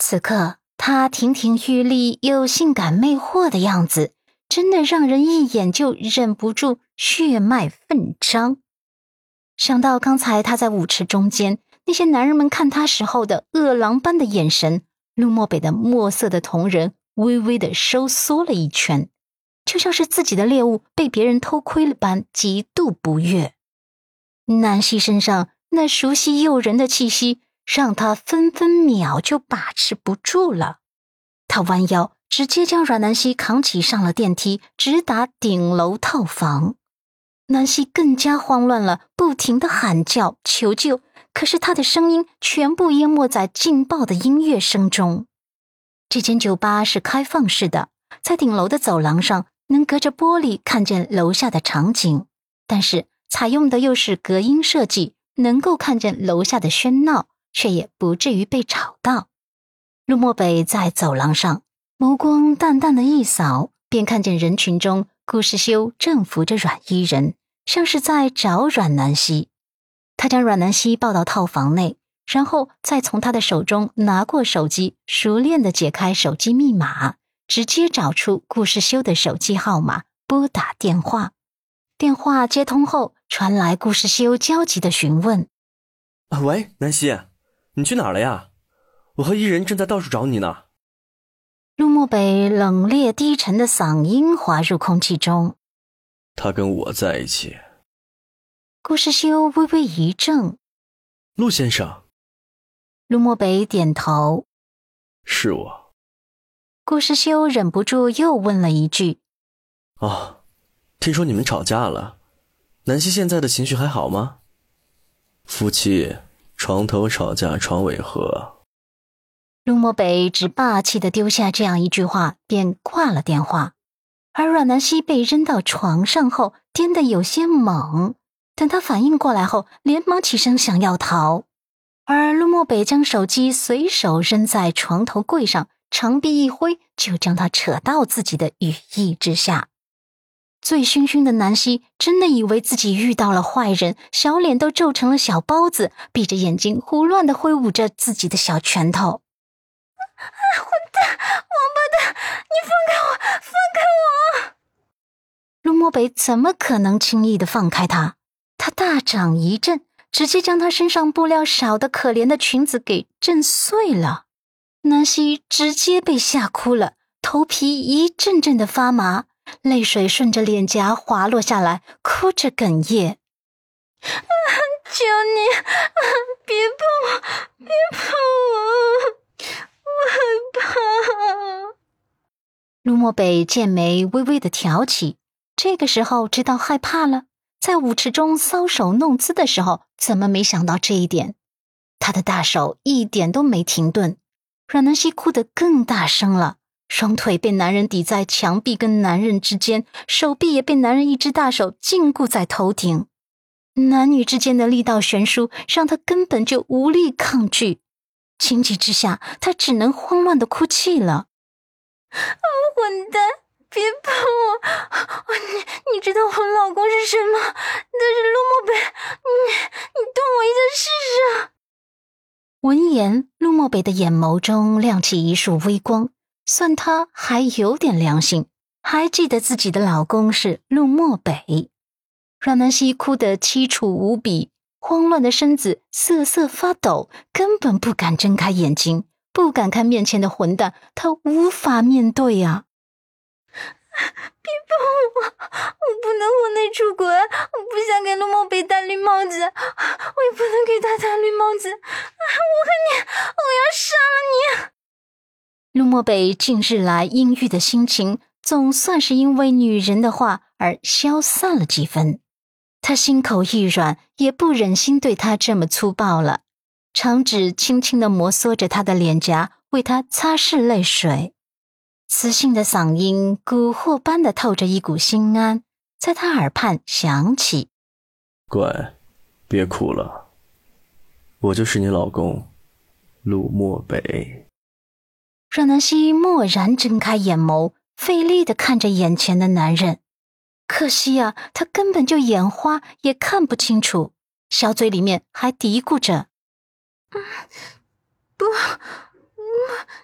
此刻他亭亭玉立又性感魅惑的样子，真的让人一眼就忍不住血脉奋张。想到刚才他在舞池中间，那些男人们看他时候的饿狼般的眼神，陆漠北的墨色的瞳仁微微的收缩了一圈，就像是自己的猎物被别人偷窥了般，极度不悦。南希身上那熟悉诱人的气息让他分分秒就把持不住了。他弯腰直接将阮南希扛起上了电梯，直达顶楼套房。南希更加慌乱了，不停地喊叫求救，可是他的声音全部淹没在劲爆的音乐声中。这间酒吧是开放式的，在顶楼的走廊上能隔着玻璃看见楼下的场景，但是采用的又是隔音设计，能够看见楼下的喧闹，却也不至于被吵到。陆漠北在走廊上眸光淡淡的一扫，便看见人群中顾时修正扶着阮伊人，像是在找阮南希。他将阮南希抱到套房内，然后再从他的手中拿过手机，熟练地解开手机密码，直接找出顾时修的手机号码，拨打电话。电话接通后，传来顾时修焦急的询问： 喂，南希，你去哪儿了呀？我和伊人正在到处找你呢。 陆漠北冷冽低沉的嗓音滑入空气中： 他跟我在一起。 顾时修微微一怔： 陆先生。 陆漠北点头： 是我。 顾时修忍不住又问了一句： 听说你们吵架了，南希现在的情绪还好吗？夫妻床头吵架床尾和。 陆漠北只霸气地丢下这样一句话，便挂了电话。而阮南希被扔到床上后，颠得有些猛，等他反应过来后，连忙起身想要逃。而陆漠北将手机随手扔在床头柜上，长臂一挥，就将他扯到自己的羽翼之下。醉醺醺的南希真的以为自己遇到了坏人，小脸都皱成了小包子，闭着眼睛胡乱地挥舞着自己的小拳头。混蛋，王八蛋，你放开我，放开我！陆漠北怎么可能轻易地放开他？他大掌一震，直接将他身上布料少得可怜的裙子给震碎了。南希直接被吓哭了，头皮一阵阵的发麻，泪水顺着脸颊滑落下来，哭着哽咽：求你，别碰我，别碰我，我害怕。陆漠北剑眉微微的挑起，这个时候知道害怕了，在舞池中搔首弄姿的时候，怎么没想到这一点？他的大手一点都没停顿，阮南希哭得更大声了，双腿被男人抵在墙壁跟男人之间，手臂也被男人一只大手禁锢在头顶。男女之间的力道悬殊，让他根本就无力抗拒。情急之下，他只能慌乱地哭泣了。混蛋，别碰我！你知道我老公是谁吗？但是陆漠北，你动我一下试试。闻言，陆漠北的眼眸中亮起一束微光，算他还有点良心，还记得自己的老公是陆漠北。阮南希哭得凄楚无比，慌乱的身子瑟瑟发抖，根本不敢睁开眼睛，不敢看面前的混蛋，他无法面对啊！别碰我，我不能婚内出轨，我不想给陆漠北戴绿帽子，我也不能给他戴绿帽子，我恨你，我要杀了你！陆漠北近日来阴郁的心情，总算是因为女人的话而消散了几分。他心口一软，也不忍心对他这么粗暴了，长指轻轻地摩挲着他的脸颊，为他擦拭泪水。磁性的嗓音蛊惑般的透着一股心安，在他耳畔响起： 乖，别哭了，我就是你老公陆漠北。 阮南希蓦然睁开眼眸，费力地看着眼前的男人。可惜啊，他根本就眼花，也看不清楚，小嘴里面还嘀咕着：不，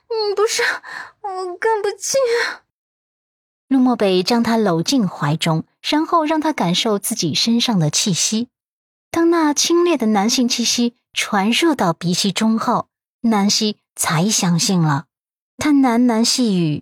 不是，我看不清。陆漠北将他搂进怀中，然后让他感受自己身上的气息。当那清冽的男性气息传入到鼻息中后，南希才相信了。他喃喃细语：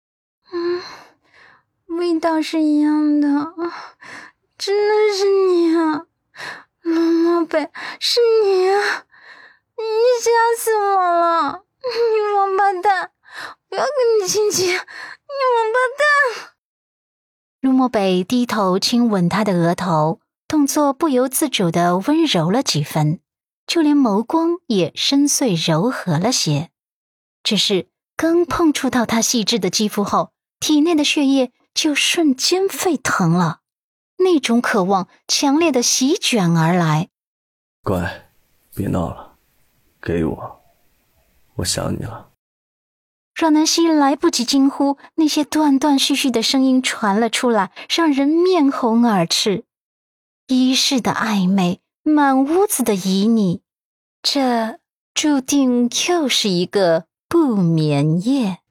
味道是一样的，真的是你啊，陆漠北，是你啊，你吓死我了，你王八蛋，我要跟你亲亲，你王八蛋。陆漠北低头亲吻他的额头，动作不由自主地温柔了几分，就连眸光也深邃柔和了些。只是刚碰触到他细致的肌肤后，体内的血液就瞬间沸腾了，那种渴望强烈的席卷而来。 乖，别闹了，给我想你了。 阮南希来不及惊呼，那些断断续续的声音传了出来，让人面红耳赤。一世的暧昧，满屋子的旖旎，这注定又是一个不眠夜。